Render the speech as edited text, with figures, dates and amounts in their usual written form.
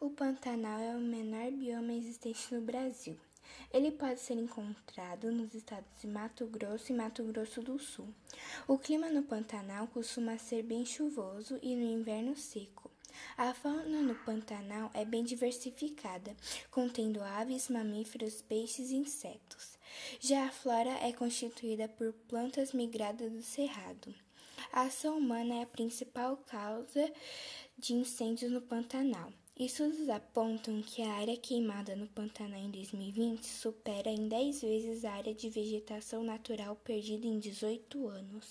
O Pantanal é o menor bioma existente no Brasil. Ele pode ser encontrado nos estados de Mato Grosso e Mato Grosso do Sul. O clima no Pantanal costuma ser bem chuvoso e no inverno seco. A fauna no Pantanal é bem diversificada, contendo aves, mamíferos, peixes e insetos. Já a flora é constituída por plantas migradas do cerrado. A ação humana é a principal causa de incêndios no Pantanal. Estudos apontam que a área queimada no Pantanal em 2020 supera em 10 vezes a área de vegetação natural perdida em 18 anos.